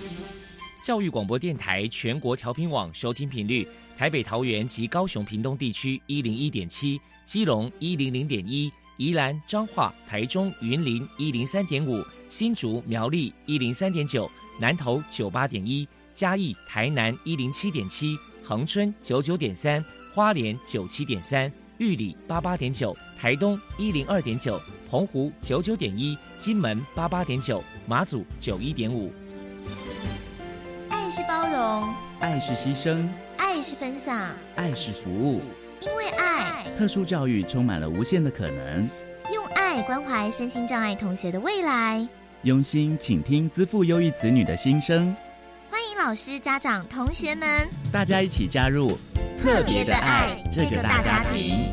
教育广播电台全国调频网收听频率：台北、桃园及高雄屏东地区101.7，基隆100.1，宜兰、彰化、台中、云林103.5，新竹、苗栗103.9，南投98.1，嘉义、台南107.7，恒春99.3，花莲97.3，玉里88.9，台东102.9，澎湖99.1，金门88.9，马祖91.5。 爱是包容， 爱是牺牲， 爱是分享， 爱是服务。 因为爱， 特殊教育充满了无限的可能。 用爱关怀身心障碍同学的未来， 用心倾听资赋优异子女的心声。 欢迎老师、家长、同学们， 大家一起加入特别的爱这个大家庭。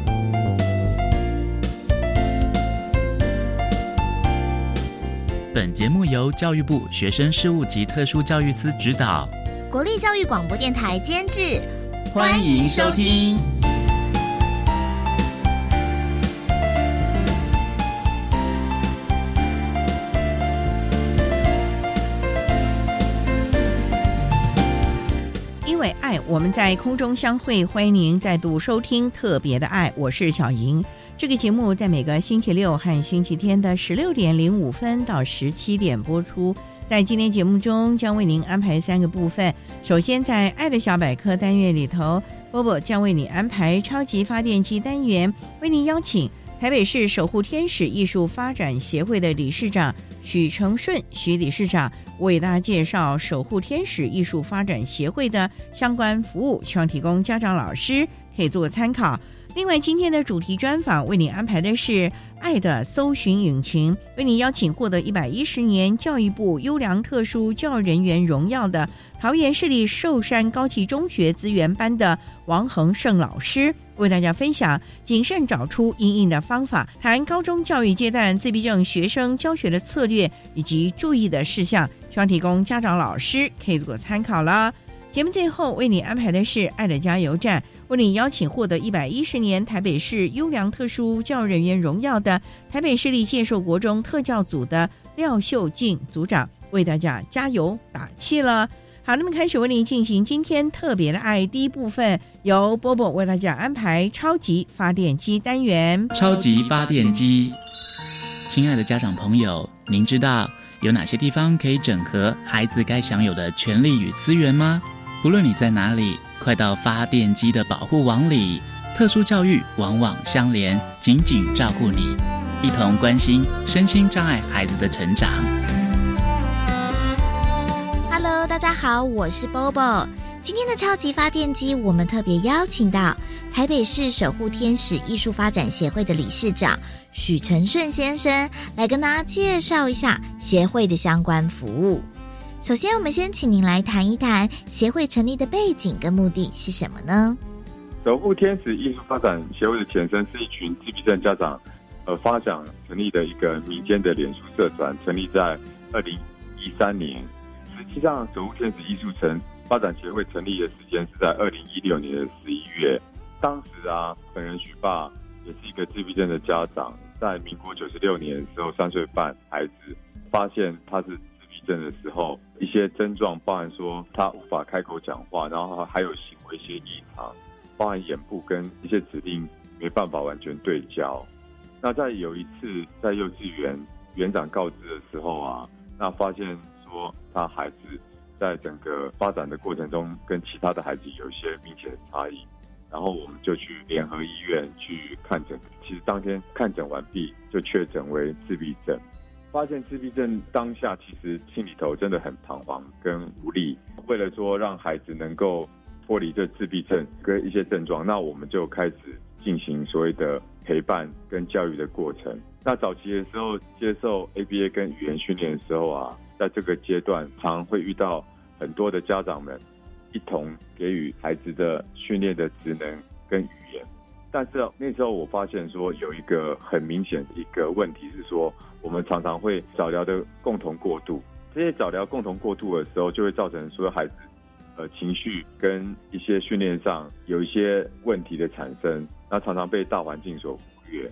本节目由教育部学生事务及特殊教育司指导， 国立教育广播电台监制， 欢迎收听。 因为爱，我们在空中相会，欢迎您再度收听特别的爱，我是小莹。这个节目在每个星期六和星期天的16点05分到17点播出。在今天节目中将为您安排3个部分。首先在爱的小百科单元里头，波波将为你安排超级发电机单元，为您邀请台北市守护天使艺术发展协会的理事长许成顺许理事长为大家介绍守护天使艺术发展协会的相关服务，希望提供家长老师可以做个参考。另外今天的主题专访为你安排的是爱的搜寻引擎，为你邀请获得110年教育部优良特殊教育人员荣耀的桃园市立寿山高级中学资源班的王恒胜老师，为大家分享谨慎找出因应的方法，谈高中教育阶段自闭症学生教学的策略以及注意的事项，希望提供家长老师可以做参考了。节目最后为你安排的是爱的加油站，为你邀请获得110年台北市优良特殊教育人员荣耀的台北市立介寿国中特教组的廖秀静组长，为大家加油打气了。好，那么开始为你进行今天特别的爱第一部分，由波波为大家安排超级发电机单元。 超级发电机，亲爱的家长朋友，您知道有哪些地方可以整合孩子该享有的权利与资源吗？不论你在哪里，快到发电机的保护网里，特殊教育网网相连，紧紧照顾你，一同关心身心障碍孩子的成长。 Hello， 大家好，我是 Bobo。今天的超级发电机，我们特别邀请到台北市守护天使艺术发展协会的理事长许成顺先生，来跟大家介绍一下协会的相关服务。首先，我们先请您来谈一谈协会成立的背景跟目的是什么呢？ 守护天使艺术发展协会的前身是一群自闭症家长发想成立的一个民间的脸书社团，成立在2013年。实际上，守护天使艺术发展协会成立的时间是在2016年的11月。当时本人许爸也是一个自闭症的家长，在民国96年的时候，3岁半孩子发现他是自闭症的时候，一些症状包含说他无法开口讲话，然后还有行为一些异常，包含眼部跟一些指令没办法完全对焦。那在有一次在幼稚园园长告知的时候那发现说他孩子在整个发展的过程中跟其他的孩子有一些明显的差异，然后我们就去联合医院去看诊。其实当天看诊完毕就确诊为自闭症。发现自闭症当下，其实心里头真的很彷徨跟无力。为了说让孩子能够脱离这自闭症跟一些症状，那我们就开始进行所谓的陪伴跟教育的过程。那早期的时候接受 ABA 跟语言训练的时候在这个阶段常会遇到很多的家长们一同给予孩子的训练的职能跟语言。但是那时候我发现说有一个很明显的一个问题是说，我们常常会早疗的共同过度。这些早疗共同过度的时候，就会造成所有孩子情绪跟一些训练上有一些问题的产生，那常常被大环境所忽略。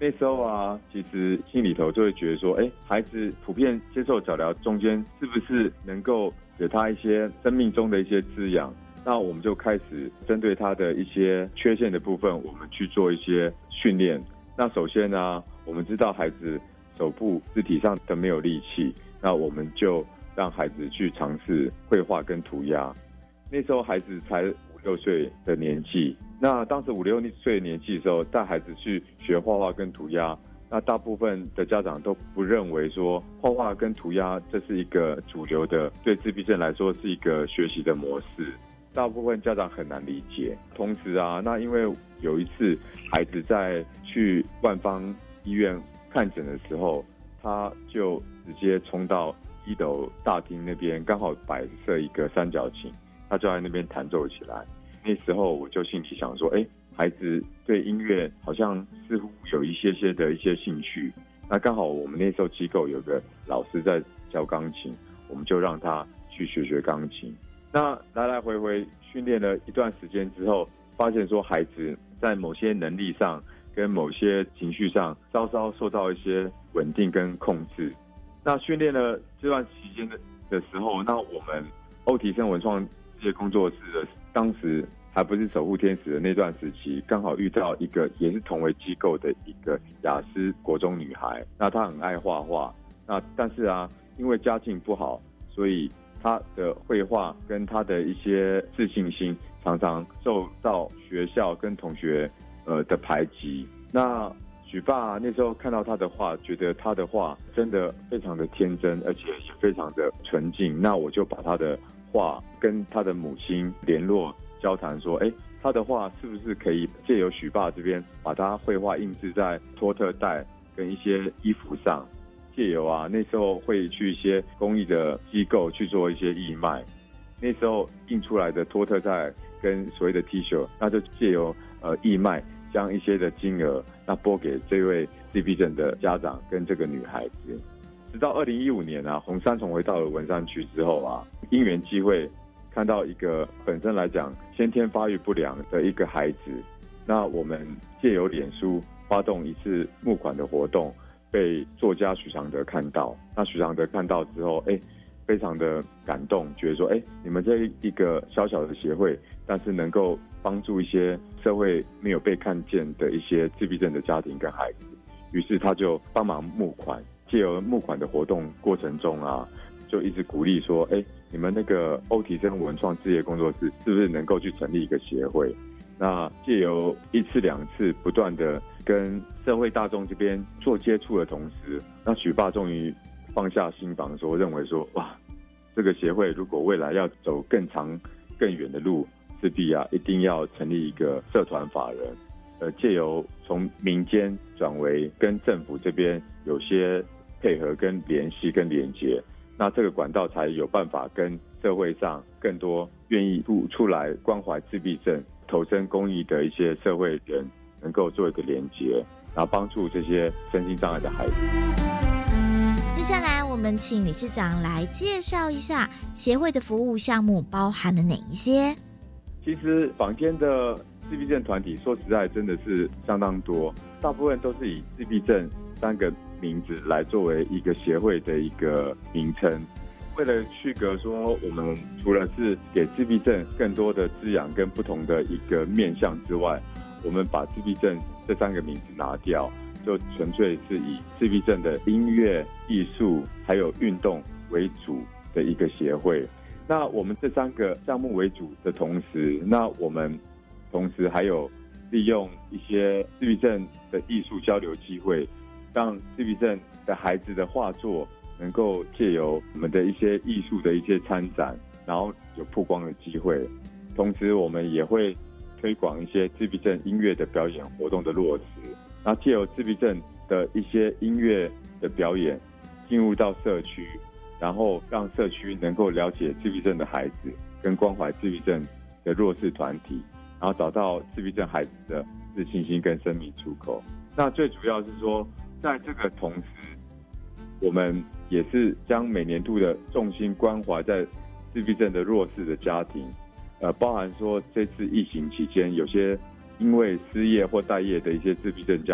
那时候啊，其实心里头就会觉得说，孩子普遍接受早疗中间是不是能够给他一些生命中的一些滋养？那我们就开始针对他的一些缺陷的部分，我们去做一些训练。那首先呢，我们知道孩子手部肢体上都没有力气，那我们就让孩子去尝试绘画跟涂鸦。那时候孩子才5、6岁的年纪，那当时5、6岁的年纪的时候，带孩子去学画画跟涂鸦，那大部分的家长都不认为说画画跟涂鸦这是一个主流的，对自闭症来说是一个学习的模式，大部分家长很难理解。同时啊，那因为有一次孩子在去万芳医院看诊的时候，他就直接冲到1楼大厅那边，刚好摆设一个三角琴，他就在那边弹奏起来。那时候我就心里想说，孩子对音乐好像似乎有一些的一些兴趣。那刚好我们那时候机构有个老师在教钢琴，我们就让他去学钢琴。那来来回回训练了一段时间之后，发现说孩子在某些能力上跟某些情绪上稍稍受到一些稳定跟控制。那训练了这段期间的时候，那我们欧提升文创事业工作室的当时还不是守护天使的那段时期，刚好遇到一个也是同为机构的一个雅思国中女孩。那她很爱画画，那但是啊，因为家境不好，所以她的绘画跟她的一些自信心常常受到学校跟同学的排挤。那许爸那时候看到他的画，觉得他的画真的非常的天真，而且也非常的纯净。那我就把他的画跟他的母亲联络交谈说，他的画是不是可以借由许爸这边把他绘画印制在托特袋跟一些衣服上，借由啊那时候会去一些公益的机构去做一些义卖。那时候印出来的托特袋跟所谓的 T 恤，那就借由义卖将一些的金额那拨给这位自闭症的家长跟这个女孩子。直到2015年啊，红山重回到了文山区之后啊，因缘际会看到一个本身来讲先天发育不良的一个孩子，那我们借由脸书发动一次募款的活动，被作家许常德看到。那许常德看到之后，非常的感动，觉得说，你们这一个小小的协会，但是能够帮助一些社会没有被看见的一些自闭症的家庭跟孩子。于是他就帮忙募款，借由募款的活动过程中啊，就一直鼓励说，你们那个欧提升文创事业工作室是不是能够去成立一个协会？那借由1次2次不断的跟社会大众这边做接触的同时，那许爸终于放下心防，说认为说，哇，这个协会如果未来要走更长更远的路，势必啊一定要成立一个社团法人，借由从民间转为跟政府这边有些配合跟联系跟连结，那这个管道才有办法跟社会上更多愿意出来关怀自闭症、投身公益的一些社会人能够做一个连结，然后帮助这些身心障碍的孩子。 接下来我们请理事长来介绍一下协会的服务项目包含了哪一些。 其实坊间的自闭症团体说实在真的是相当多，大部分都是以自闭症3个名字来作为一个协会的一个名称。为了区隔说我们除了是给自闭症更多的滋养跟不同的一个面向之外，我们把自闭症这3个名字拿掉，就纯粹是以自闭症的音乐、艺术还有运动为主的一个协会。那我们这3个项目为主的同时，那我们同时还有利用一些自闭症的艺术交流机会，让自闭症的孩子的画作能够借由我们的一些艺术的一些参展，然后有曝光的机会。同时我们也会推广一些自闭症音乐的表演活动的落实，那借由自闭症的一些音乐的表演进入到社区，然后让社区能够了解自闭症的孩子跟关怀自闭症的弱势团体，然后找到自闭症孩子的自信心跟生命出口。那最主要是说，在这个同时，我们也是将每年度的重心关怀在自闭症的弱势的家庭，包含说这次疫情期间有些因为失业或待业的一些自闭症家庭，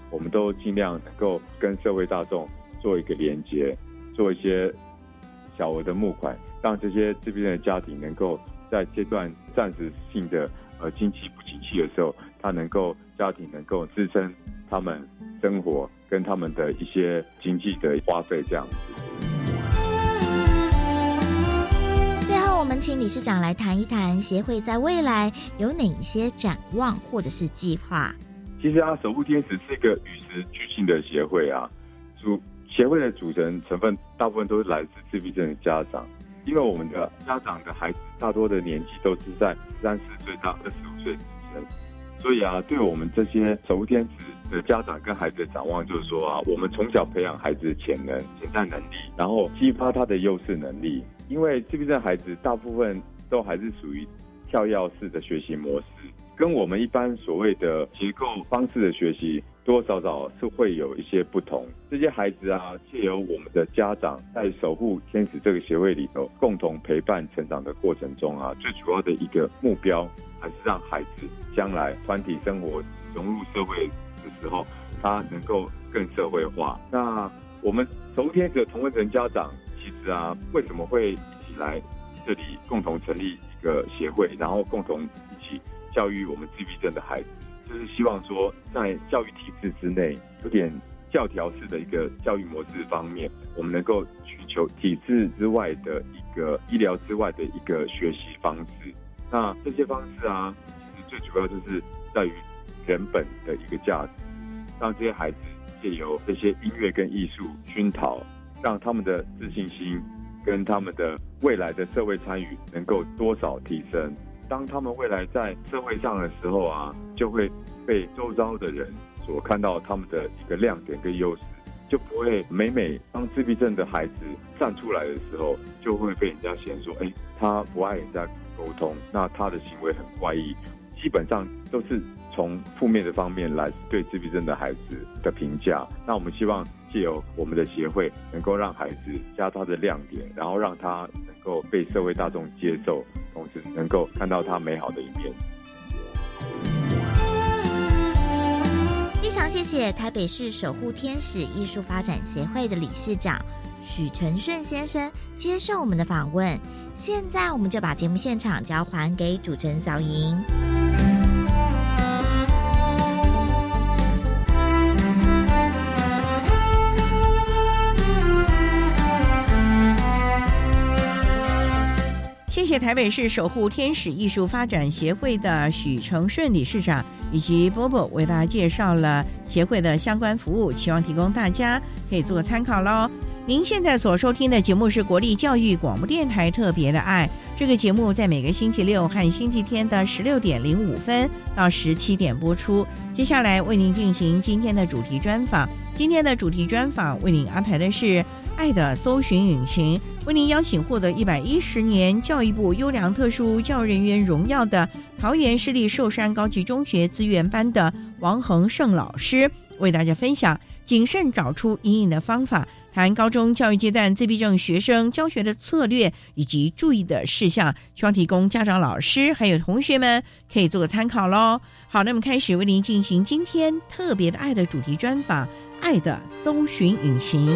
我们都尽量能够跟社会大众做一个连结，做一些小额的募款，让这些自闭症的家庭能够在这段暂时性的经济不景气的时候，家庭能够支撑他们生活跟他们的一些经济的花费这样子。 最后我们请理事长来谈一谈协会在未来有哪一些展望或者是计划。 其实守护天使是一个与时俱进的协会协会的组成成分大部分都是来自自闭症的家长，因为我们的家长的孩子大多的年纪都是在14岁到25岁之间，所以对我们这些守护天使的家长跟孩子的展望就是说我们从小培养孩子的潜在能力，然后激发他的优势能力。因为自闭症孩子大部分都还是属于跳跃式的学习模式，跟我们一般所谓的结构方式的学习多多少少是会有一些不同。这些孩子藉由我们的家长在守护天使这个协会里头共同陪伴成长的过程中最主要的一个目标还是让孩子将来团体生活融入社会的时候，他能够更社会化。那我们守护天使的同温层家长其实为什么会一起来这里共同成立一个协会，然后共同一起教育我们自闭症的孩子，就是希望说在教育体制之内有点教条式的一个教育模式方面，我们能够寻求体制之外的一个医疗之外的一个学习方式。那这些方式其实最主要就是在于人本的一个价值，让这些孩子借由这些音乐跟艺术熏陶，让他们的自信心跟他们的未来的社会参与能够多少提升。当他们未来在社会上的时候就会被周遭的人所看到他们的一个亮点跟优势，就不会每当自闭症的孩子站出来的时候，就会被人家嫌说他不爱人家沟通，那他的行为很怪异，基本上都是从负面的方面来对自闭症的孩子的评价。那我们希望藉由我们的协会能够让孩子加他的亮点，然后让他能够被社会大众接受，同时能够看到他美好的一面。 非常谢谢台北市守护天使艺术发展协会的理事长许承顺先生接受我们的访问。现在我们就把节目现场交还给主持人小莹。 谢谢台北市守护天使艺术发展协会的许承顺理事长以及波波为大家介绍了协会的相关服务，希望提供大家可以做个参考咯。您现在所收听的节目是国立教育广播电台特别的爱，这个节目在每个星期六和星期天的16点05分到17点播出。接下来为您进行今天的主题专访，今天的主题专访为您安排的是爱的搜寻引擎，为您邀请获得110年教育部优良特殊教育人员荣耀的桃园市立寿山高级中学资源班的王恒胜老师，为大家分享谨慎找出因应的方法，谈高中教育阶段自闭症学生教学的策略以及注意的事项，希望提供家长、老师还有同学们可以做个参考咯。好，那么开始为您进行今天特别的爱的主题专访，爱的搜寻引擎。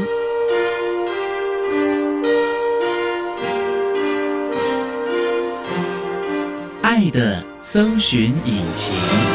爱的搜寻引擎。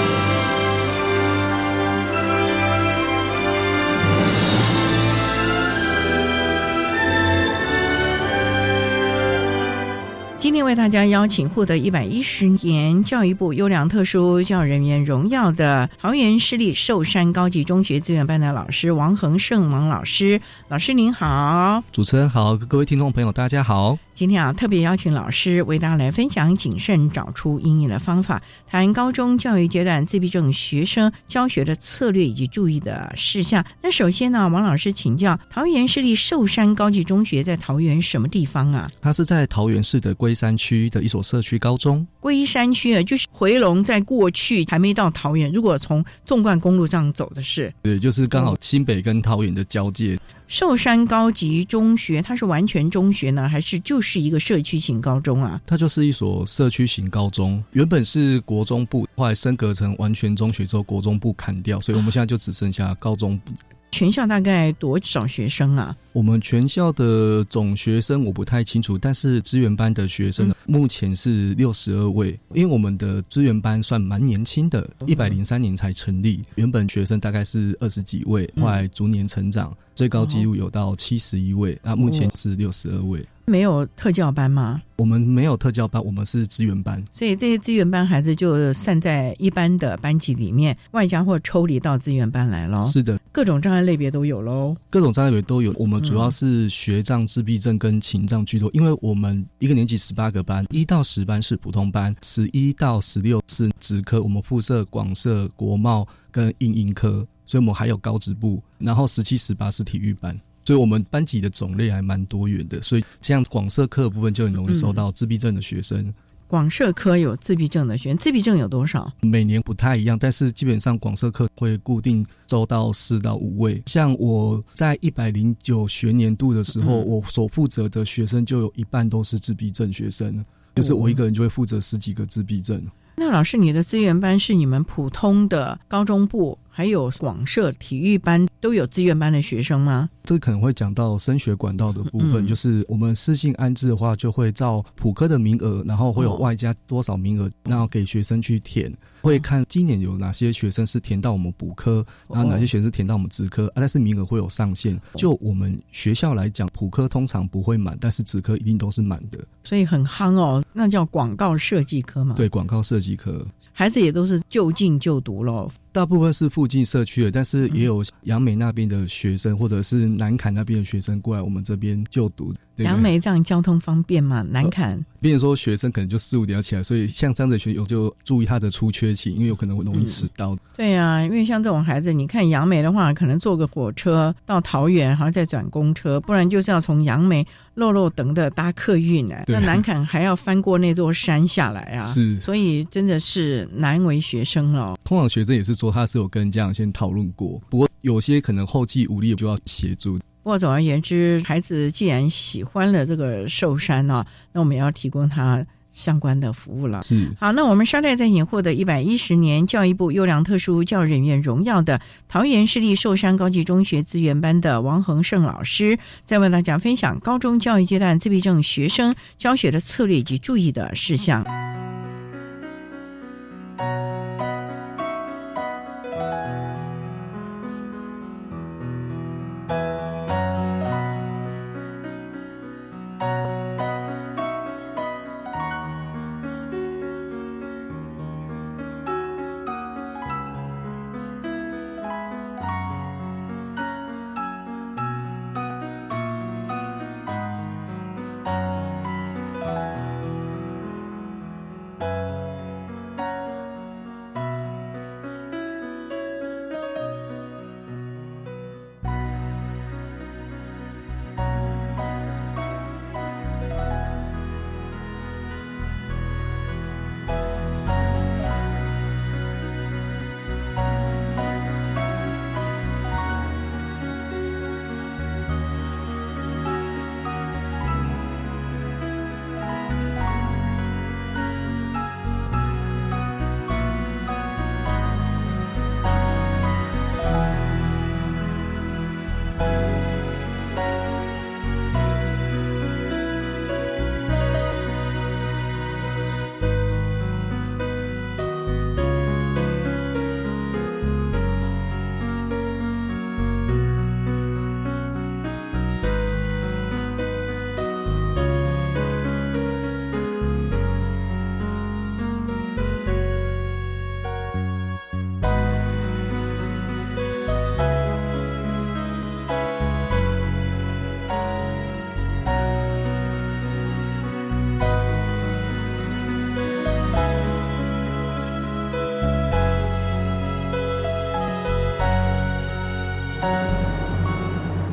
今天为大家邀请获得110年教育部优良特殊教育人员荣耀的桃园市立寿山高级中学资源班的老师王恒胜王老师。老师您好。 主持人好，各位听众朋友大家好。 今天特别邀请老师为大家来分享谨慎找出因应的方法，谈高中教育阶段自闭症学生教学的策略以及注意的事项。那首先呢，王老师请教，桃园市立寿山高级中学在桃园什么地方啊？ 它是在桃园市的龟山区的一所社区高中。 龟山区就是回龙在过去还没到桃园，如果从纵贯公路上走的是， 对，就是刚好新北跟桃园的交界。 寿山高级中学它是完全中学呢，还是就是一个社区型高中啊？ 它就是一所社区型高中，原本是国中部，后来升格成完全中学之后，国中部砍掉，所以我们现在就只剩下高中部。 全校大概多少学生啊？ 我们全校的总学生我不太清楚，但是资源班的学生目前是62位，因为我们的资源班算蛮年轻的，103年才成立，原本学生大概是20几位，后来逐年成长，最高纪录有到71位，目前是62位。 没有特教班吗？ 我们没有特教班，我们是资源班， 所以这些资源班孩子就散在一般的班级里面，外加或抽离到资源班来咯。 是的， 各种障碍类别都有咯。 各种障碍类别都有。我们主要是学障、自闭症跟情障居多，因为我们一个年级18个班，1到10班是普通班，11到16是职科，我们附设广设、国贸跟应英科，所以我们还有高职部，然后17、18是体育班。所以我们班级的种类还蛮多元的，所以这样广社科的部分就很容易收到自闭症的学生。 广社科有自闭症的学生，自闭症有多少？ 每年不太一样，但是基本上广社科会固定收到4到5位。像我在109学年度的时候，我所负责的学生就有一半都是自闭症学生，就是我一个人就会负责10几个自闭症。 那老师，你的资源班是你们普通的高中部还有广社体育班都有资源班的学生吗？ 这可能会讲到升学管道的部分，就是我们私信安置的话，就会照普科的名额，然后会有外加多少名额，然后给学生去填，会看今年有哪些学生是填到我们普科，然后哪些学生是填到我们职科，但是名额会有上限。就我们学校来讲，普科通常不会满，但是职科一定都是满的， 所以很夯哦。那叫广告设计科嘛？ 对，广告设计科。 孩子也都是就近就读咯， 大部分是附近社区的，但是也有杨梅那边的学生，或者是南崁那边的学生过来我们这边就读。 杨梅这样交通方便吗？南崁比如说学生可能就4、5点要起来，所以像这样子的学友就注意他的出缺勤，因为有可能会容易迟到。 对啊，因为像这种孩子，你看杨梅的话，可能坐个火车到桃园，还要再转公车，不然就是要从杨梅漏等的搭客运那南崁还要翻过那座山下来啊， 是， 所以真的是难为学生了。 通常学生也是说他是有跟家长先讨论过，不过有些可能后继无力就要协助。 不过总而言之，孩子既然喜欢了这个寿山那我们也要提供他相关的服务了。 是， 好，那我们稍待再请获得110年教育部优良特殊教育人员荣耀的桃园市立寿山高级中学资源班的王恒胜老师，再为大家分享高中教育阶段自闭症学生教学的策略以及注意的事项。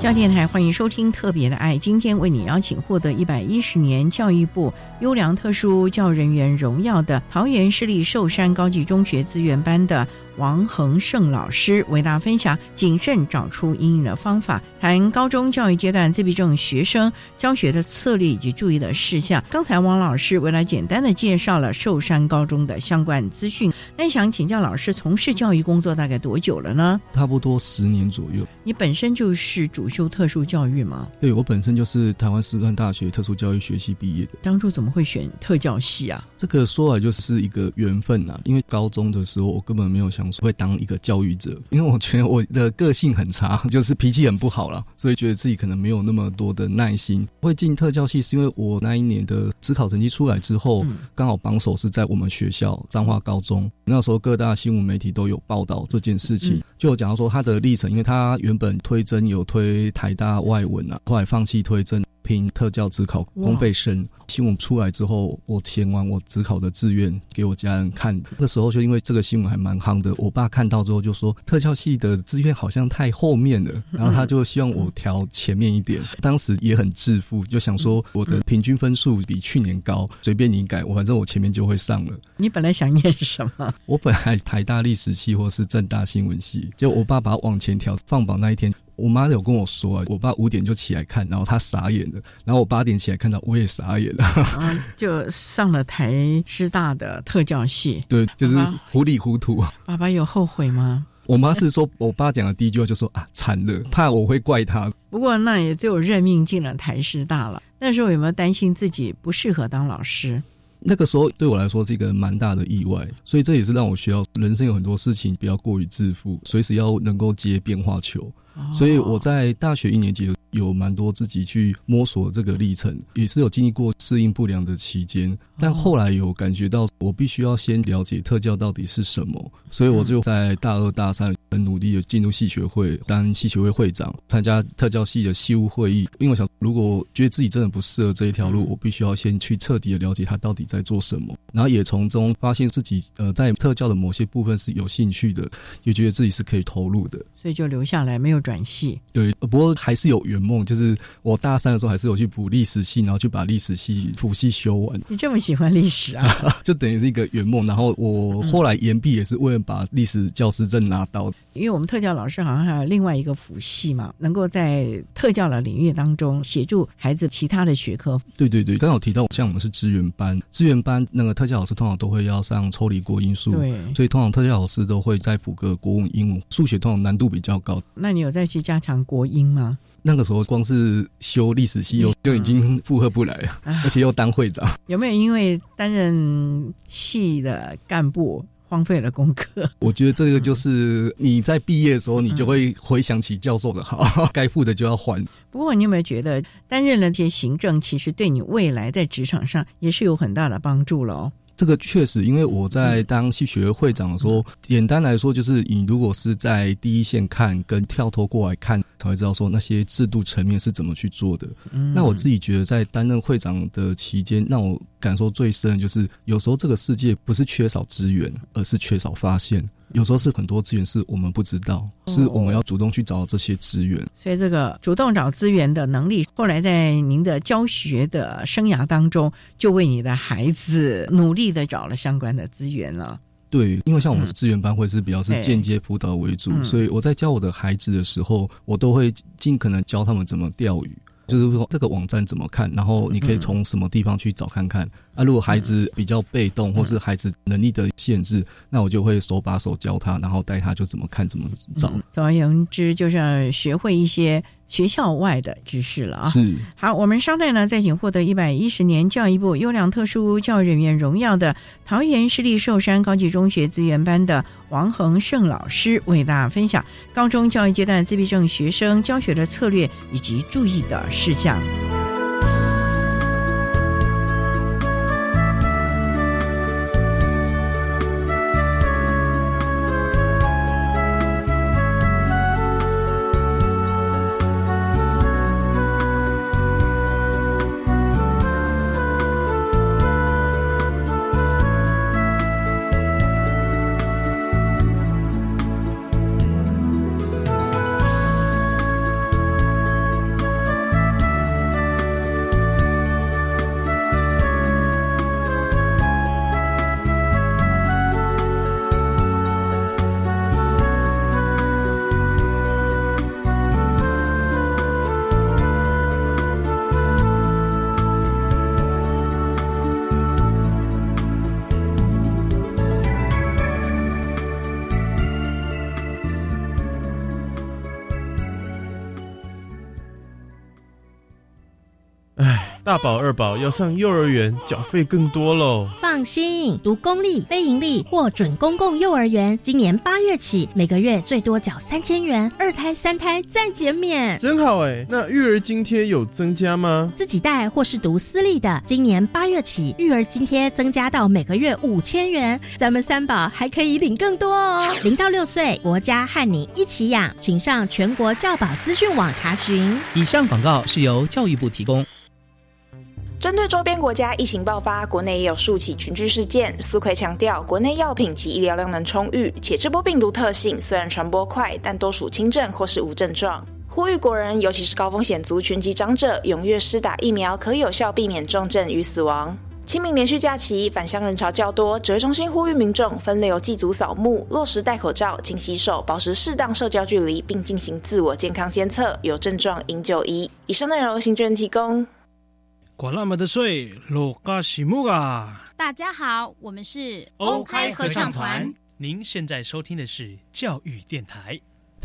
教电台欢迎收听特别的爱，今天为你邀请获得110年教育部优良特殊教育人员荣耀的桃园市立寿山高级中学资源班的王恒胜老师，为大家分享谨慎找出因应的方法，谈高中教育阶段自闭症学生教学的策略以及注意的事项。刚才王老师为了简单的介绍了寿山高中的相关资讯，那想请教老师，从事教育工作大概多久了呢？ 差不多10年左右。 你本身就是主修特殊教育吗？ 对，我本身就是台湾师范大学特殊教育学系毕业的。 当初怎么会选特教系啊？ 这个说来就是一个缘分啊，因为高中的时候我根本没有想说会当一个教育者，因为我觉得我的个性很差，就是脾气很不好啦，所以觉得自己可能没有那么多的耐心。会进特教系是因为我那一年的指考成绩出来之后，刚好榜首是在我们学校彰化高中，那时候各大新闻媒体都有报道这件事情，就有讲到说他的历程，因为他原本推甄有推台大外文啊，后来放弃推甄，拼特教指考公费生。新闻出来之后，我填完我指考的志愿给我家人看，那时候就因为这个新闻还蛮夯的，我爸看到之后就说特教系的志愿好像太后面了，然后他就希望我调前面一点。当时也很自负，就想说我的平均分数比去年高，随便你改，反正我前面就会上了。 你本来想念什么？ 我本来台大历史系或是政大新闻系，结果我爸把它往前调，放榜那一天我妈有跟我说啊，我爸5点就起来看，然后他傻眼了，然后我8点起来看到，我也傻眼了。 就上了台师大的特教系。对， 就是糊里糊涂。 爸爸有后悔吗？ 我妈是说，我爸讲的第一句话就说啊，惨了，怕我会怪他。 不过那也只有认命进了台师大了。那时候有没有担心自己不适合当老师？ 那个时候对我来说是一个蛮大的意外，所以这也是让我学到人生有很多事情不要过于自负，随时要能够接变化球。所以我在大学1年级有蛮多自己去摸索这个历程，也是有经历过适应不良的期间，但后来有感觉到我必须要先了解特教到底是什么，所以我就在大2大3很努力的进入系学会，当系学会会长，参加特教系的系务会议。因为我想如果觉得自己真的不适合这一条路，我必须要先去彻底的了解它到底在做什么，然后也从中发现自己在特教的某些部分是有兴趣的，也觉得自己是可以投入的， 所以就留下来，没有转系。 对，不过还是有圆梦，就是我大3的时候还是有去补历史系，然后去把历史系辅系修完。 你这么喜欢历史啊？ 就等于是一个圆梦。然后我后来延毕也是为了把历史教师证拿到。 因为我们特教老师好像还有另外一个辅系嘛，能够在特教的领域当中协助孩子其他的学科。 对对对，刚刚有提到像我们是资源班，资源班那个特教老师通常都会要上抽离国英数，对，所以通常特教老师都会再补个国文英文，数学通常难度比较高。 那你有再去加强国英吗？ 那个时候光是修历史系就已经负荷不来了，而且又当会长。 有没有因为担任系的干部荒废了功课？ 我觉得这个就是你在毕业的时候，你就会回想起教授的好，该付的就要还。 不过你有没有觉得担任了这些行政，其实对你未来在职场上也是有很大的帮助了哦？ 这个确实，因为我在当系学会会长的时候，简单来说就是你如果是在第一线看跟跳脱过来看，才会知道说那些制度层面是怎么去做的。那我自己觉得在担任会长的期间，让我感受最深的就是有时候这个世界不是缺少资源，而是缺少发现。有时候是很多资源是我们不知道，是我们要主动去找这些资源。 所以这个主动找资源的能力，后来在您的教学的生涯当中，就为你的孩子努力的找了相关的资源了。 对，因为像我们是资源班会是比较是间接辅导为主，所以我在教我的孩子的时候，我都会尽可能教他们怎么钓鱼。就是说这个网站怎么看，然后你可以从什么地方去找看看啊。如果孩子比较被动，或是孩子能力的限制，那我就会手把手教他，然后带他就怎么看怎么找。 总而言之，就是要学会一些学校外的知识了啊。是。好，我们稍待呢，再请获得110年教育部优良特殊教育人员荣耀的桃园市立寿山高级中学资源班的王恒胜老师，为大家分享高中教育阶段自闭症学生教学的策略以及注意的事项。 大宝二宝要上幼儿园，缴费更多咯。 放心，读公立、非营利或准公共幼儿园，今年8月起，每个月最多缴3000元，2胎、3胎再减免。 真好哎！那育儿津贴有增加吗？ 自己带或是读私立的，今年8月起，育儿津贴增加到每个月5000元，咱们三宝还可以领更多哦。0到6岁，国家和你一起养，请上全国教保资讯网查询。 以上广告是由教育部提供。 针对周边国家疫情爆发，国内也有数起群聚事件。苏揆强调，国内药品及医疗量能充裕，且这波病毒特性虽然传播快，但多属轻症或是无症状。呼吁国人，尤其是高风险族群及长者，踊跃施打疫苗，可有效避免重症与死亡。清明连续假期，返乡人潮较多，指挥中心呼吁民众分流祭祖扫墓，落实戴口罩、勤洗手，保持适当社交距离，并进行自我健康监测，有症状应就医。以上内容由行政院提供。 管那么的水，落嘎西木啊！ 大家好，我们是欧开合唱团。您现在收听的是教育电台。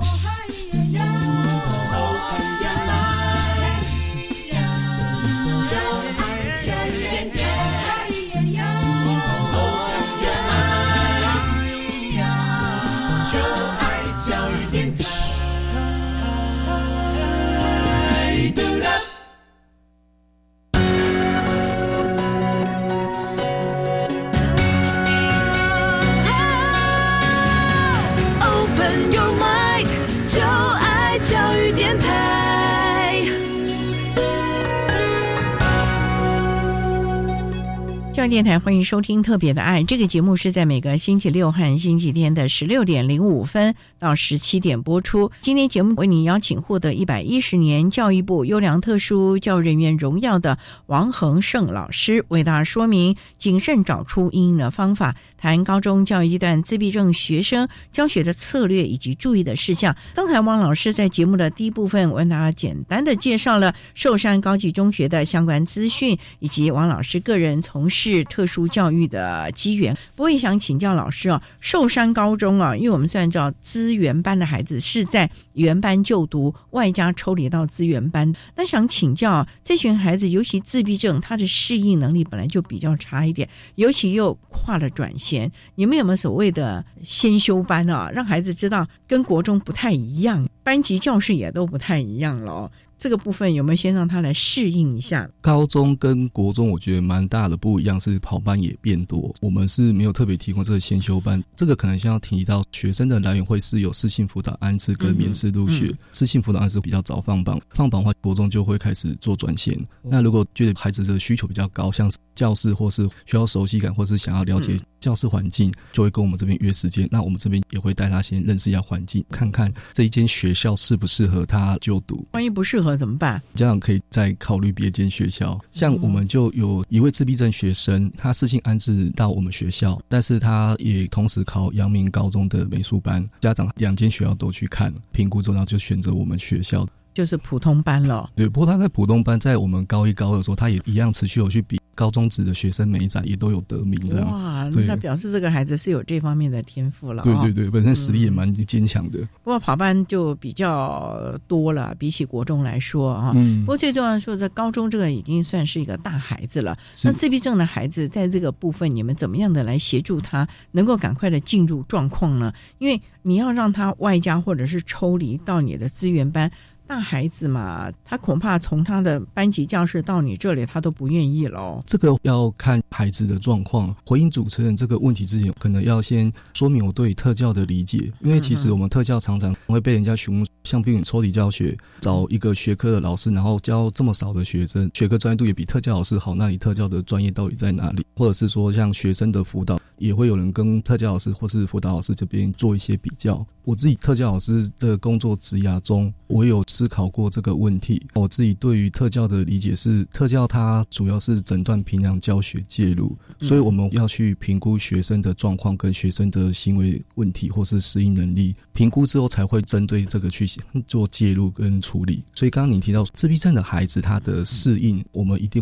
教育电台欢迎收听特别的爱，这个节目是在每个星期六和星期天的16点05分到17点播出。今天节目为您邀请获得110年教育部优良特殊教育人员荣耀的王恒胜老师，为大家说明谨慎找出因应的方法，谈高中教育阶段自闭症学生教学的策略以及注意的事项。刚才王老师在节目的第一部分为大家简单的介绍了寿山高级中学的相关资讯，以及王老师个人从事特殊教育的机缘。不过也想请教老师寿山高中因为我们虽然知道资源班的孩子是在原班就读，外加抽离到资源班，那想请教这群孩子，尤其自闭症，他的适应能力本来就比较差一点，尤其又跨了转衔，你们有没有所谓的先修班让孩子知道跟国中不太一样，班级教室也都不太一样了这个部分有没有先让他来适应一下？ 高中跟国中我觉得蛮大的不一样，是跑班也变多，我们是没有特别提供这个先修班。这个可能先要提到学生的来源会是有适性辅导安置跟免试入学，适性辅导安置比较早放榜，放榜的话国中就会开始做转衔。那如果觉得孩子的需求比较高，像是教室或是需要熟悉感，或是想要了解教室环境，就会跟我们这边约时间。那我们这边也会带他先认识一下环境，看看这一间学校适不适合他就读。 万一不适合怎么办？ 家长可以再考虑别间学校。像我们就有一位自闭症学生，他适性安置到我们学校，但是他也同时考阳明高中的美术班，家长2间学校都去看评估之后，然后就选择我们学校， 就是普通班了。 对，不过他在普通班，在我们高1高2的时候，他也一样持续有去比高中职的学生美展，也都有得名这样。 哇，那表示这个孩子是有这方面的天赋了。 对对对，本身实力也蛮坚强的。 不过跑班就比较多了，比起国中来说不过最重要的说，在高中这个已经算是一个大孩子了。那自闭症的孩子在这个部分，你们怎么样的来协助他，能够赶快的进入状况呢？因为你要让他外加或者是抽离到你的资源班。大孩子嘛，他恐怕从他的班级教室到你这里他都不愿意了这个要看孩子的状况。回应主持人这个问题之前，可能要先说明我对特教的理解。因为其实我们特教常常会被人家询问，像比如抽离教学，找一个学科的老师，然后教这么少的学生，学科专业度也比特教老师好，那你特教的专业到底在哪里？或者是说像学生的辅导，也会有人跟特教老师或是辅导老师这边做一些比较。我自己特教老师的工作职涯中，我有思考过这个问题。我自己对于特教的理解是，特教它主要是诊断评量教学介入，所以我们要去评估学生的状况跟学生的行为问题或是适应能力，评估之后才会针对这个去做介入跟处理。所以刚刚你提到自闭症的孩子他的适应，我们一定会先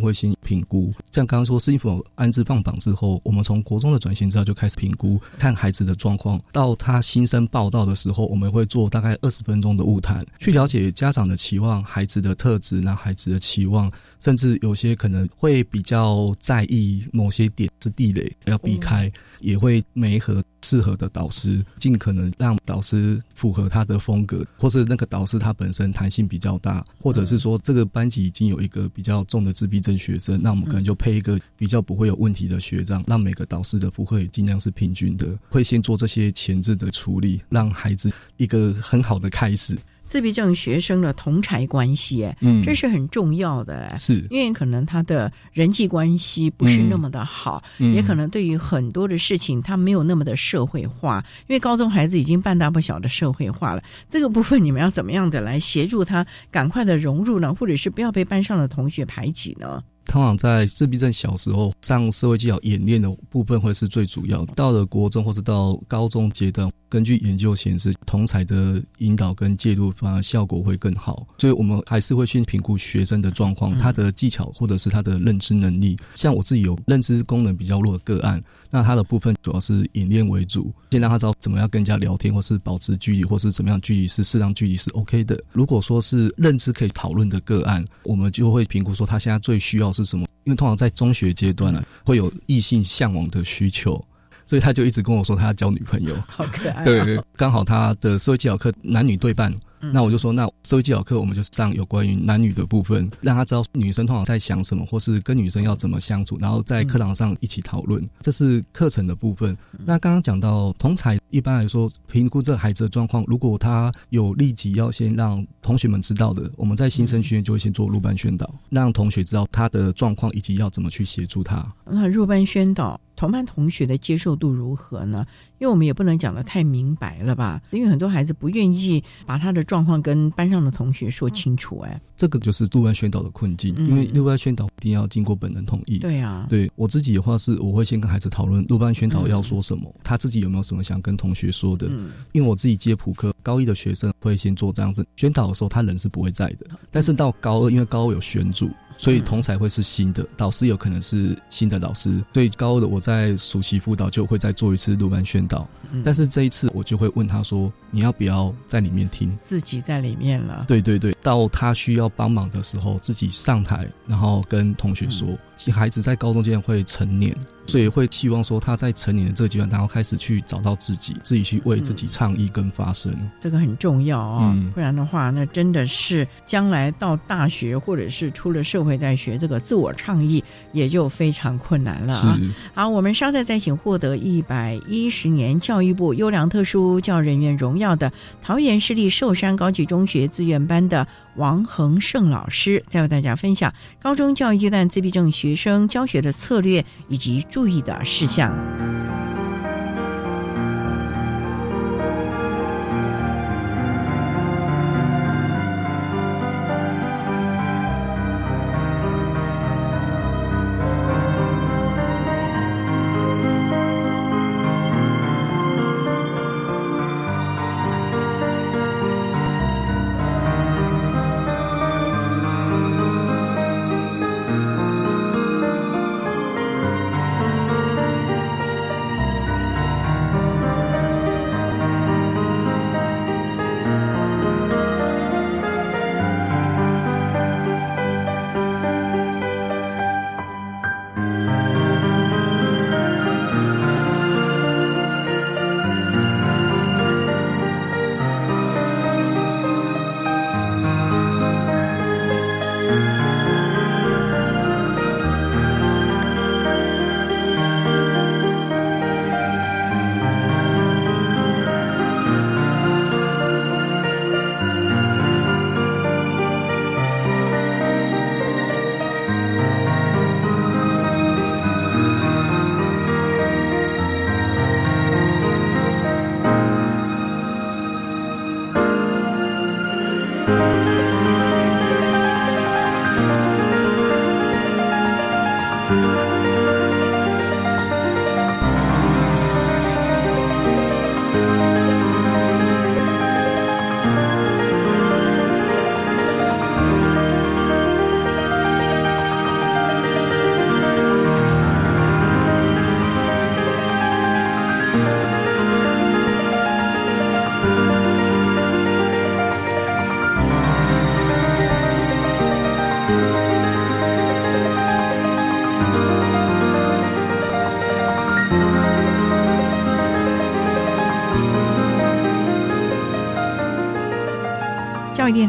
评估。像刚刚说是否安置放榜之后，我们从国中的转衔之后就开始评估，看孩子的状况，到他新生报到的时候，我们会做大概20分钟的晤谈，去了解家长的期望、孩子的特质，然后孩子的期望，甚至有些可能会比较在意某些点是地雷要避开，也会媒合适合的导师，尽可能让导师符合他的风格，或是那个导师他本身弹性比较大，或者是说这个班级已经有一个比较重的自闭症学生，那我们可能就配一个比较不会有问题的学长，让每个导师的负荷也尽量是平均的，会先做这些前置的处理，让孩子一个很好的开始。 自闭症学生的同侪关系，这是很重要的，是因为可能他的人际关系不是那么的好，也可能对于很多的事情他没有那么的社会化，因为高中孩子已经半大不小的社会化了，这个部分你们要怎么样的来协助他赶快的融入呢，或者是不要被班上的同学排挤呢？ 通常在自闭症小时候上社会技巧演练的部分会是最主要的，到了国中或是到高中阶段，根据研究显示，同侪的引导跟介入反而效果会更好，所以我们还是会去评估学生的状况，他的技巧或者是他的认知能力。像我自己有认知功能比较弱的个案，那他的部分主要是演练为主，先让他知道怎么样跟人家聊天，或是保持距离，或是怎么样距离是适当距离是 OK 的。如果说是认知可以讨论的个案，我们就会评估说他现在最需要是什么，因为通常在中学阶段会有异性向往的需求，所以他就一直跟我说他要交女朋友， 好可爱对，刚好他的社会技巧课男女对半，那我就说那社会技巧课我们就上有关于男女的部分，让他知道女生通常在想什么，或是跟女生要怎么相处，然后在课堂上一起讨论，这是课程的部分。那刚刚讲到同侪，一般来说评估这个孩子的状况，如果他有立即要先让同学们知道的，我们在新生训练就会先做入班宣导，让同学知道他的状况以及要怎么去协助他。 那入班宣导同班同学的接受度如何呢？因为我们也不能讲得太明白了吧，因为很多孩子不愿意把他的状况跟班上的同学说清楚。 这个就是入班宣导的困境，因为入班宣导一定要经过本人同意。 对啊， 对我自己的话是我会先跟孩子讨论入班宣导要说什么，他自己有没有什么想跟同学说的。因为我自己接普科高一的学生会先做这样子宣导的时候，他人是不会在的，但是到高二，因为高二有选组，所以同侪会是新的导师，有可能是新的老师，所以高二的我在暑期辅导就会再做一次入班宣导，但是这一次我就会问他说你要不要在里面听， 自己在里面了。 对对对，到他需要帮忙的时候自己上台，然后跟同学说。其实孩子在高中阶段会成年，所以会期望说他在成年的这个阶段，然后开始去找到自己去为自己倡议跟发声， 这个很重要不然的话那真的是将来到大学或者是出了社会再学这个自我倡议也就非常困难了好，我们稍待再请获得110年教育部优良特殊教育人员荣耀的桃园市立寿山高级中学资源班的王恒胜老师，再为大家分享高中教育阶段自闭症学生教学的策略以及注意的事项。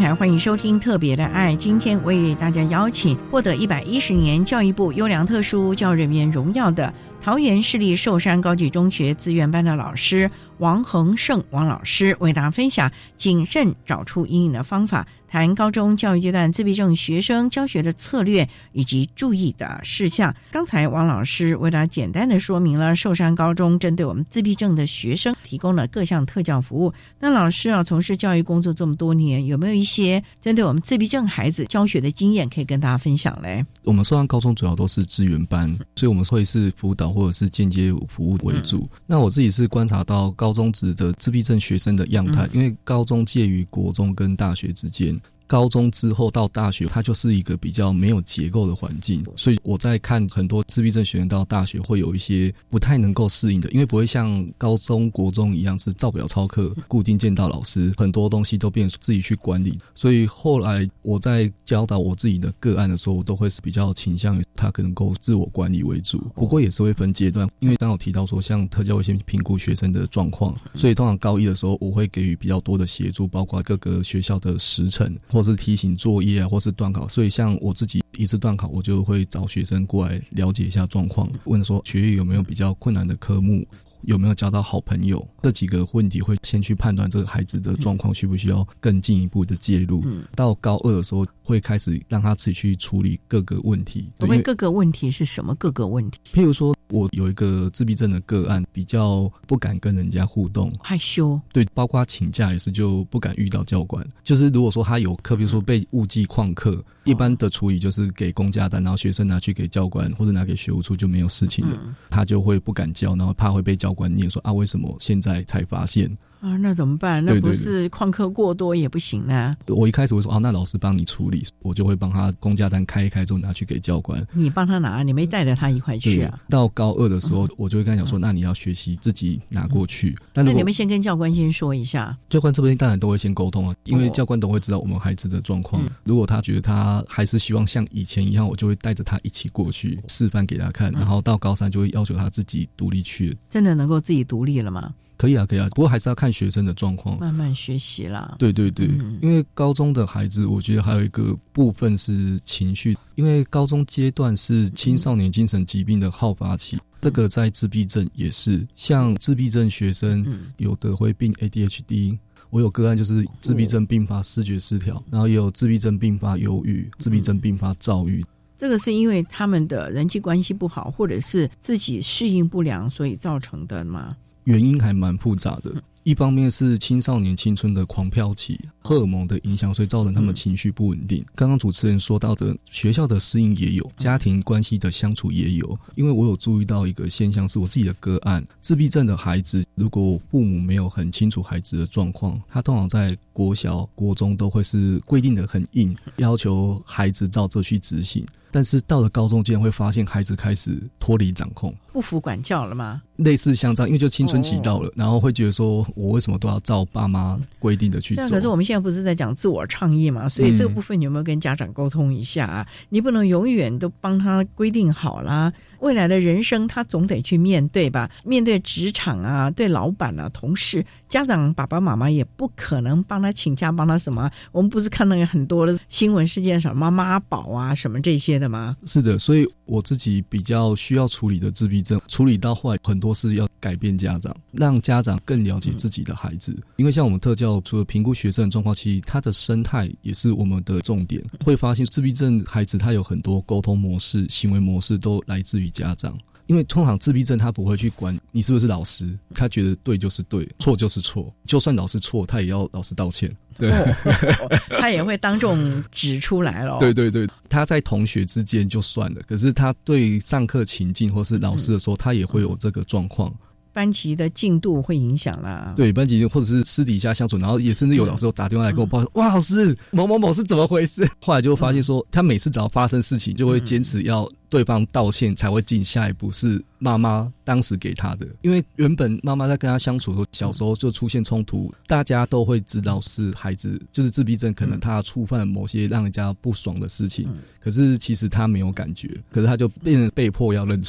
台，欢迎收听特别的爱。今天为大家邀请获得110年教育部优良特殊教育人员荣耀的桃园市立寿山高级中学资源班的老师王恒胜王老师，为大家分享谨慎找出因应的方法，谈高中教育阶段自闭症学生教学的策略以及注意的事项。刚才王老师为大家简单的说明了寿山高中针对我们自闭症的学生提供了各项特教服务。那老师从事教育工作这么多年，有没有一些针对我们自闭症孩子教学的经验可以跟大家分享嘞？ 我们寿山高中主要都是资源班，所以我们会是辅导或者是间接服务为主。那我自己是观察到高中职的自闭症学生的样态，因为高中介于国中跟大学之间，高中之后到大学，它就是一个比较没有结构的环境，所以我在看很多自闭症学生到大学会有一些不太能够适应的，因为不会像高中国中一样是照表操课，固定见到老师，很多东西都变成自己去管理。所以后来我在教导我自己的个案的时候，我都会是比较倾向于他可能够自我管理为主，不过也是会分阶段，因为刚有提到说像特教会先评估学生的状况，所以通常高一的时候我会给予比较多的协助，包括各个学校的时程或是提醒作业啊，或是段考。所以像我自己一次段考，我就会找学生过来了解一下状况，问说学业有没有比较困难的科目，有没有交到好朋友，这几个问题会先去判断这个孩子的状况需不需要更进一步的介入。到高二的时候会开始让他自己去处理各个问题。 我问各个问题是什么各个问题？ 譬如说我有一个自闭症的个案，比较不敢跟人家互动， 害羞， 对，包括请假也是就不敢遇到教官。就是如果说他有课，比如说被误记旷课，一般的处理就是给公假单，然后学生拿去给教官或者拿给学务处就没有事情了。他就会不敢教，然后怕会被教官念说为什么现在才发现啊？那怎么办？那不是旷课过多也不行啊。 我一开始会说那老师帮你处理，我就会帮他公假单开一开之后拿去给教官。 你帮他拿，你没带着他一块去啊？ 到高二的时候，我就会跟他讲说那你要学习自己拿过去。 那你们先跟教官先说一下。 教官这边当然都会先沟通啊，因为教官都会知道我们孩子的状况。如果他觉得他还是希望像以前一样，我就会带着他一起过去示范给他看，然后到高三就会要求他自己独立去。 真的能够自己独立了吗？ 可以啊，可以啊，不过还是要看学生的状况， 慢慢学习啦。 对对对，因为高中的孩子，我觉得还有一个部分是情绪，因为高中阶段是青少年精神疾病的好发期，这个在自闭症也是，像自闭症学生有的会病 ADHD。我有个案就是自闭症并发视觉失调，然后也有自闭症并发忧郁，自闭症并发躁郁。 这个是因为他们的人际关系不好，或者是自己适应不良所以造成的吗？ 原因还蛮复杂的，一方面是青少年青春的狂飘期，荷尔蒙的影响，所以造成他们情绪不稳定。刚刚主持人说到的学校的适应也有，家庭关系的相处也有。因为我有注意到一个现象，是我自己的个案，自闭症的孩子如果父母没有很清楚孩子的状况，他通常在国小国中都会是规定的很硬，要求孩子照这去执行。但是到了高中竟然会发现孩子开始脱离掌控， 不服管教了吗？ 类似像这样，因为就青春期到了，然后会觉得说我为什么都要照爸妈规定的去做。 可是我们现在不是在讲自我倡议嘛，所以这个部分你有没有跟家长沟通一下啊？你不能永远都帮他规定好啦，未来的人生他总得去面对吧，面对职场啊，对老板啊，同事，家长爸爸妈妈也不可能帮他请假帮他什么。我们不是看那个很多的新闻事件，什么妈宝啊什么这些的吗？ 是的，所以我自己比较需要处理的自闭症，处理到后来很多是要改变家长，让家长更了解自己的孩子。因为像我们特教除了评估学生的状况，其实他的生态也是我们的重点，会发现自闭症孩子他有很多沟通模式、行为模式都来自于家长。因为通常自闭症他不会去管你是不是老师，他觉得对就是对，错就是错，就算老师错他也要老师道歉。对， 他也会当众指出来了。 对对对，他在同学之间就算了，可是他对上课情境或是老师的时候，他也会有这个状况。 班级的进度会影响啦， 对，班级或者是私底下相处，然后也甚至有老师打电话来跟我报说，哇，老师某某某是怎么回事？后来就会发现说，他每次只要发生事情，就会坚持要对方道歉才会进下一步，是妈妈当时给他的。因为原本妈妈在跟他相处的时候，小时候就出现冲突，大家都会知道是孩子就是自闭症，可能他触犯某些让人家不爽的事情，可是其实他没有感觉，可是他就变成被迫要认错。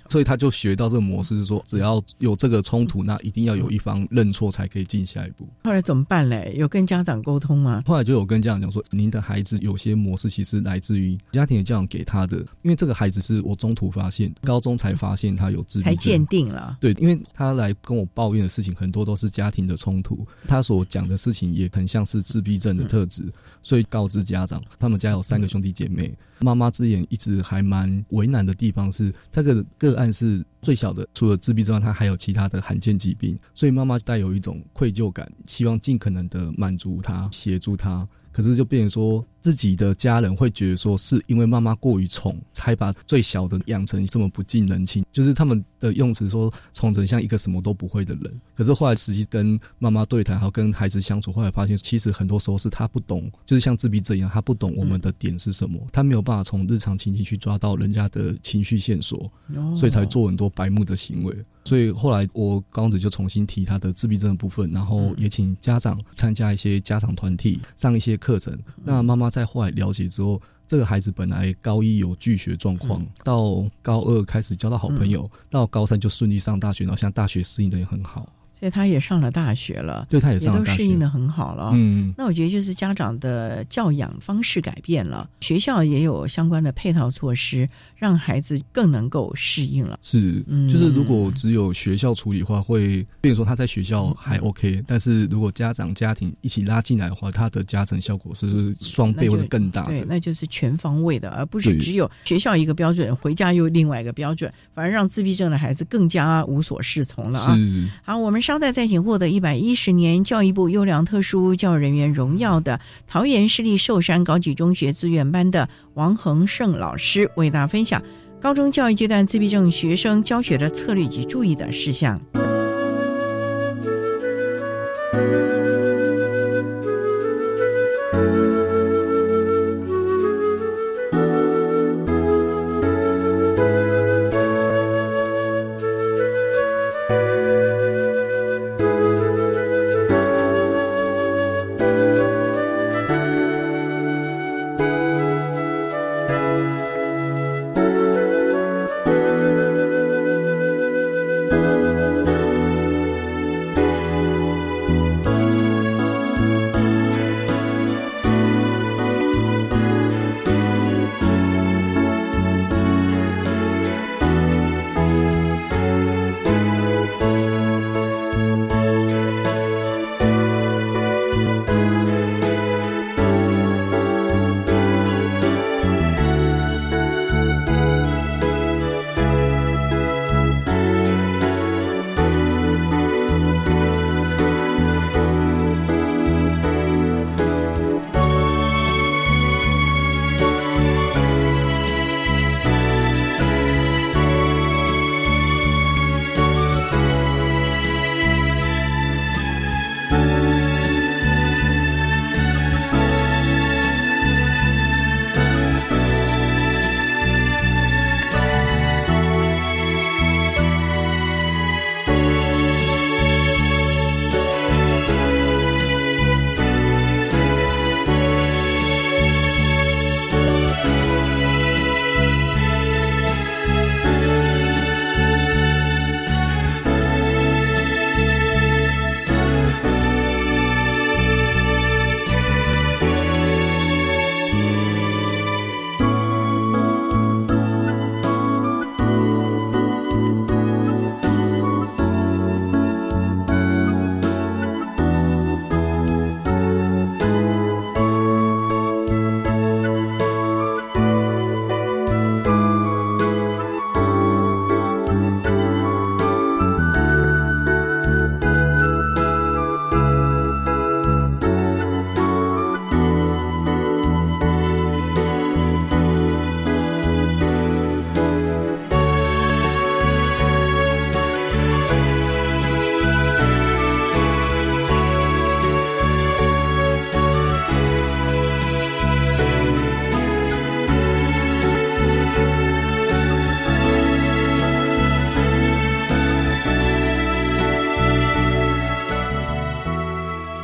所以他就学到这个模式，是说只要有这个冲突，那一定要有一方认错才可以进下一步。 后来怎么办嘞？有跟家长沟通吗？ 后来就有跟家长讲说，您的孩子有些模式其实来自于家庭的家长给他的，因为这个孩子是我中途发现，高中才发现他有自闭症，才鉴定了。对， 因为他来跟我抱怨的事情很多都是家庭的冲突，他所讲的事情也很像是自闭症的特质，所以告知家长，他们家有3个兄弟姐妹。妈妈之前一直还蛮为难的地方是，这个个案是最小的，除了自闭之外，他还有其他的罕见疾病，所以妈妈带有一种愧疚感，希望尽可能的满足他，协助他。可是就变成说，自己的家人会觉得说，是因为妈妈过于宠，才把最小的养成这么不近人情，就是他们的用词说宠成像一个什么都不会的人。可是后来实际跟妈妈对谈，还有跟孩子相处，后来发现其实很多时候是他不懂，就是像自闭症一样，他不懂我们的点是什么，他没有办法从日常情境去抓到人家的情绪线索，所以才做很多白目的行为。所以后来我高中就重新提他的自闭症的部分，然后也请家长参加一些家长团体，上一些课程。那妈妈在后来了解之后，这个孩子本来高1有拒学状况，到高2开始交到好朋友，到高3就顺利上大学，然后像大学适应的也很好。 所以他也上了大学了， 对，他也上了大学， 也都适应的很好了。那我觉得就是家长的教养方式改变了，学校也有相关的配套措施，让孩子更能够适应了。 是，就是如果只有学校处理的话，会变成说他在学校还 OK，但是如果家长家庭一起拉进来的话，他的加成效果是双倍或者更大的。 对，那就是全方位的，而不是只有学校一个标准，回家又另外一个标准，反而让自闭症的孩子更加无所适从了啊。 是， 好，我们稍待再请获得110年教育部优良特殊教育人员荣耀的桃园市立寿山高级中学资源班的王恒胜老师，为大家分享高中教育阶段自闭症学生教学的策略及注意的事项。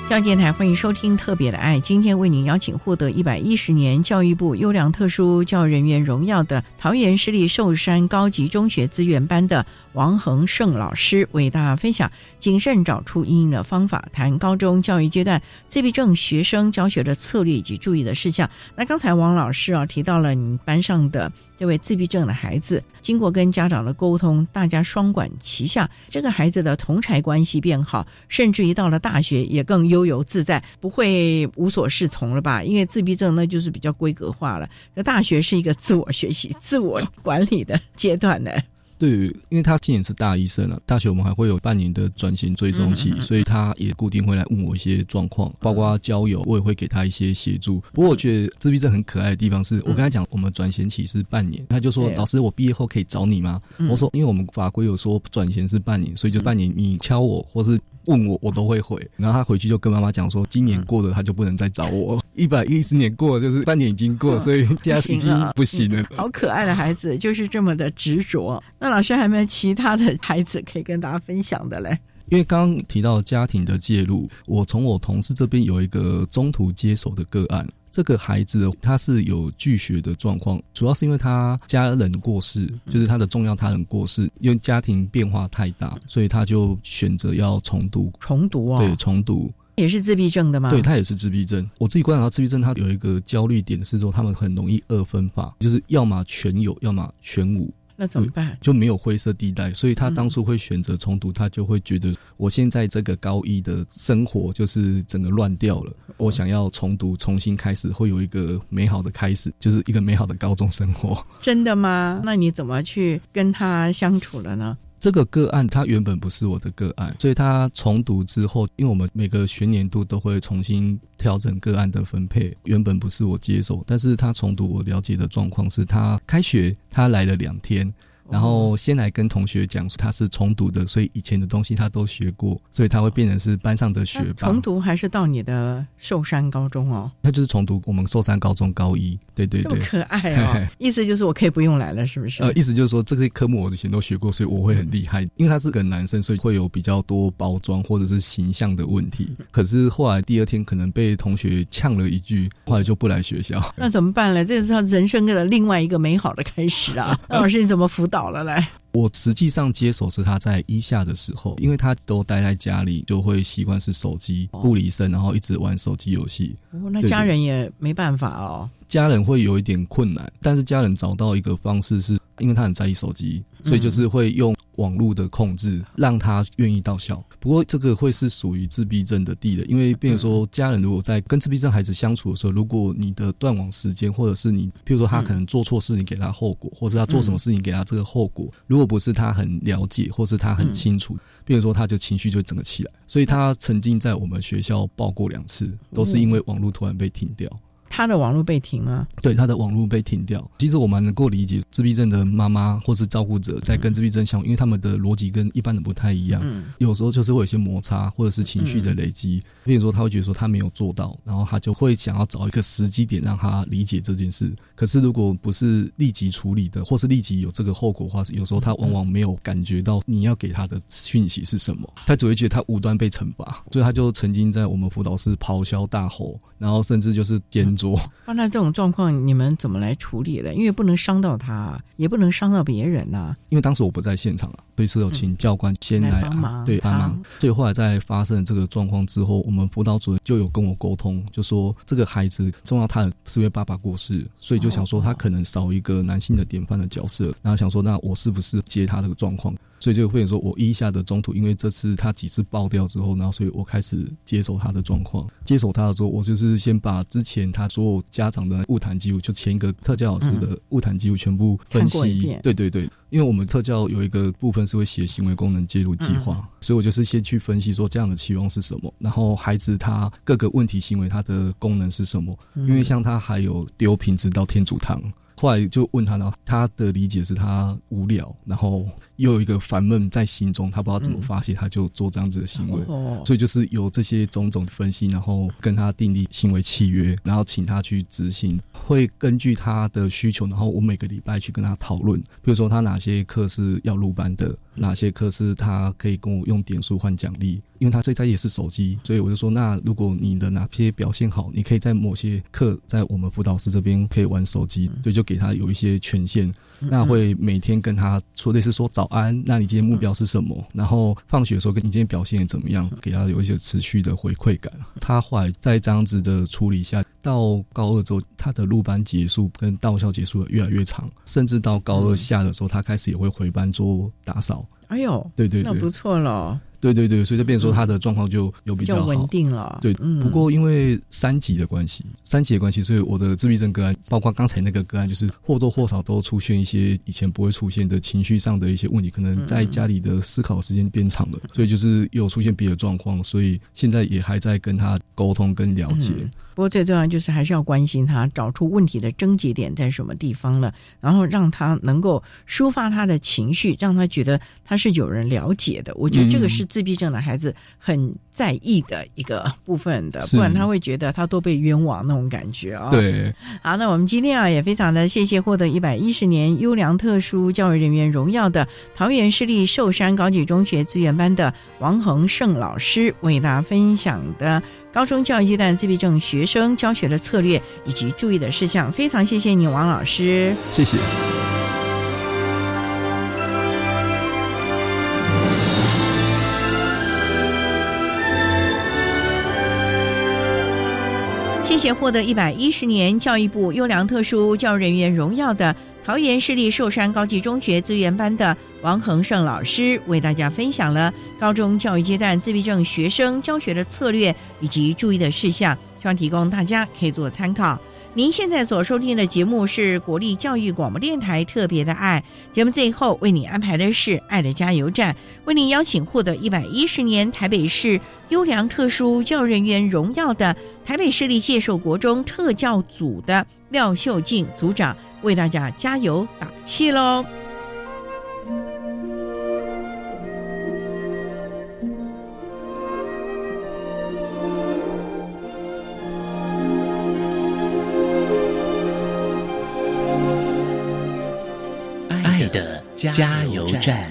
教育电台欢迎收听特别的爱，今天为您邀请获得110年教育部优良特殊教育人员荣耀的桃园市立寿山高级中学资源班的王恒胜老师，为大家分享谨慎找出因应的方法，谈高中教育阶段自闭症学生教学的策略以及注意的事项。那刚才王老师提到了你班上的这位自闭症的孩子，经过跟家长的沟通，大家双管齐下，这个孩子的同侪关系变好，甚至于到了大学也更悠游自在，不会无所适从了吧？因为自闭症那就是比较规格化了，那大学是一个自我学习、自我管理的阶段呢。 对，因为他今年是大一生了，大学我们还会有半年的转型追踪期，所以他也固定会来问我一些状况，包括交友，我也会给他一些协助。不过我觉得自闭症很可爱的地方是，我跟他讲我们转衔期是半年，他就说老师我毕业后可以找你吗？我说因为我们法规有说转衔是半年，所以就半年你敲我或是问我都会回。然后他回去就跟妈妈讲说今年过了他就不能再找我，110年过了就是半年已经过了，所以现在已经不行了。 好可爱的孩子就是这么的执着。那老师还有没有其他的孩子可以跟大家分享的嘞？ 因为刚刚提到家庭的介入，我从我同事这边有一个中途接手的个案，这个孩子他是有拒学的状况，主要是因为他家人过世，就是他的重要他人过世，因为家庭变化太大，所以他就选择要重读。 重读啊？对， 重读。 也是自闭症的吗？ 对，他也是自闭症。我自己观察到自闭症他有一个焦虑点是说他们很容易二分法，就是要么全有要么全无。 那怎么办？ 就没有灰色地带，所以他当初会选择重读，他就会觉得我现在这个高一的生活就是整个乱掉了，我想要重读重新开始，会有一个美好的开始，就是一个美好的高中生活。 真的吗？那你怎么去跟他相处了呢？ 这个个案它原本不是我的个案，所以他重读之后，因为我们每个学年度都会重新调整个案的分配，原本不是我接手，但是他重读我了解的状况是他开学他来了2天，然后先来跟同学讲他是重读的，所以以前的东西他都学过，所以他会变成是班上的学霸。 重读还是到你的寿山高中哦？ 他就是重读我们寿山高中高一。对对对， 这么可爱哦。意思就是我可以不用来了是不是？ 意思就是说这些科目我以前都学过，所以我会很厉害。因为他是个男生，所以会有比较多包装或者是形象的问题，可是后来第2天可能被同学呛了一句，后来就不来学校。 那怎么办呢？这是他人生的另外一个美好的开始啊。那老师你怎么辅导了来？ 我实际上接手是他在1下的时候，因为他都待在家里，就会习惯是手机不离身，然后一直玩手机游戏。 那家人也没办法哦。 家人会有一点困难，但是家人找到一个方式是，因为他很在意手机，所以就是会用网络的控制，让他愿意到校。不过这个会是属于自闭症的地雷，因为变成说家人如果在跟自闭症孩子相处的时候，如果你的断网时间，或者是你譬如说他可能做错事你给他后果，或是他做什么事情给他这个后果，如果不是他很了解或是他很清楚，变成说他就情绪就整个起来。所以他曾经在我们学校报过2次，都是因为网络突然被停掉。 他的网络被停吗？ 对，他的网络被停掉。其实我蛮能够理解自闭症的妈妈或是照顾者在跟自闭症相处，因为他们的逻辑跟一般人不太一样，有时候就是会有一些摩擦或者是情绪的累积，比如说他会觉得说他没有做到，然后他就会想要找一个时机点让他理解这件事。可是如果不是立即处理的，或是立即有这个后果的话，有时候他往往没有感觉到你要给他的讯息是什么，他只会觉得他无端被惩罚，所以他就曾经在我们辅导室咆哮大吼，然后甚至就是颠桌。 那这种状况你们怎么来处理的？因为不能伤到他，也不能伤到别人啊。 因为当时我不在现场了，所以是有请教官先来帮忙， 对，帮忙。所以后来在发生这个状况之后，我们辅导主任就有跟我沟通，就说这个孩子重要他人是因为爸爸过世，所以就想说他可能少一个男性的典范的角色，然后想说那我是不是接他这个状况，所以就会说我1下的中途，因为这次他几次爆掉之后，然后所以我开始接手他的状况。接手他的时候，我就是先把之前他所有家长的晤谈记录，就前一个特教老师的晤谈记录全部分析。对对对，因为我们特教有一个部分是会写行为功能介入计划，所以我就是先去分析说这样的期望是什么，然后孩子他各个问题行为他的功能是什么。因为像他还有丢瓶子到天主堂，后来就问他，他的理解是他无聊，然后又有一个烦闷在心中，他不知道怎么发泄，他就做这样子的行为。所以就是有这些种种分析，然后跟他订立行为契约，然后请他去执行，会根据他的需求，然后我每个礼拜去跟他讨论，比如说他哪些课是要入班的， 哪些科是他可以跟我用点数换奖励，因为他最在意也是手机，所以我就说那如果你的哪些表现好，你可以在某些课在我们辅导室这边可以玩手机，所以就给他有一些权限，那会每天跟他说类似说早安，那你今天目标是什么，然后放学的时候跟你今天表现怎么样，给他有一些持续的回馈感。他后来在这样子的处理下，到高二之后他的入班结束跟到校结束的越来越长，甚至到高二下的时候他开始也会回班做打扫。 哎呦， 对对对， 那不错了。 对对对，所以就变成说他的状况就有比较好， 稳定了。 对，不过因为3级的关系，所以我的自闭症个案，包括刚才那个个案，就是或多或少都出现一些以前不会出现的情绪上的一些问题，可能在家里的思考时间变长了，所以就是有出现别的状况，所以现在也还在跟他沟通跟了解。 不过最重要就是还是要关心他，找出问题的症结点在什么地方了，然后让他能够抒发他的情绪，让他觉得他是有人了解的。我觉得这个是自闭症的孩子很在意的一个部分的，不然他会觉得他都被冤枉那种感觉啊。 对， 好，那我们今天也非常的谢谢获得110年优良特殊教育人员荣耀的桃园市立寿山高级中学资源班的王恒胜老师，为大家分享的高中教育阶段自闭症学生教学的策略以及注意的事项。非常谢谢你，王老师。 谢谢。 谢谢获得110年教育部优良特殊教育人员荣耀的桃园市立寿山高级中学资源班的王恒胜老师，为大家分享了高中教育阶段自闭症学生教学的策略以及注意的事项，希望提供大家可以做参考。您现在所收听的节目是国立教育广播电台特别的爱节目，最后为你安排的是爱的加油站，为您邀请获得110年台北市优良特殊教育人员荣耀的台北市立介寿国中特教组的廖秀静组长，为大家加油打气咯。 爱的加油站。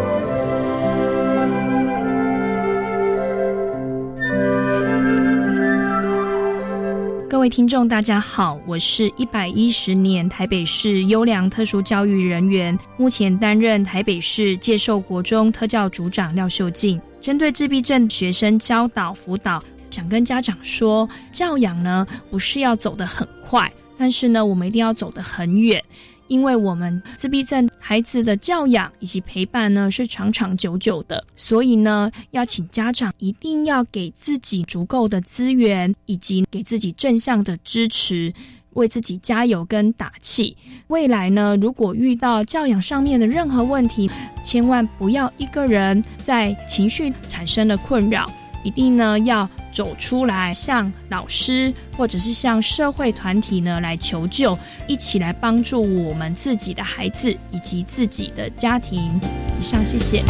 各位听众大家好，我是110年台北市优良特殊教育人员，目前担任台北市介寿国中特教组长廖秀静。针对自闭症学生教导辅导，想跟家长说，教养呢不是要走得很快，但是呢我们一定要走得很远，因为我们自闭症孩子的教养以及陪伴呢是长长久久的，所以呢要请家长一定要给自己足够的资源，以及给自己正向的支持，为自己加油跟打气。未来呢如果遇到教养上面的任何问题，千万不要一个人在情绪产生了困扰，一定呢要走出来，向老师或者是向社会团体呢来求救，一起来帮助我们自己的孩子以及自己的家庭。以上，谢谢。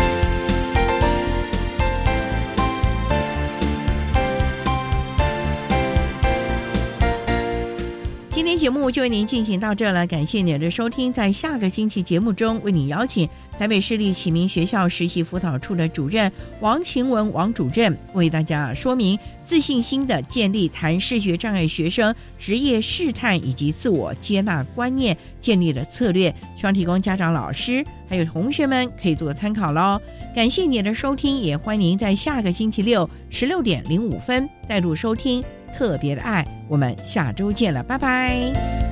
今天节目就为您进行到这了，感谢您的收听。在下个星期节目中，为你邀请台北市立启明学校实习辅导处的主任王晴雯王主任，为大家说明自信心的建立，谈视觉障碍学生职业试探以及自我接纳观念建立的策略，希望提供家长、老师还有同学们可以做参考咯。感谢您的收听，也欢迎您在下个星期六16点05分再度收听特别的爱，我们下周见了，拜拜。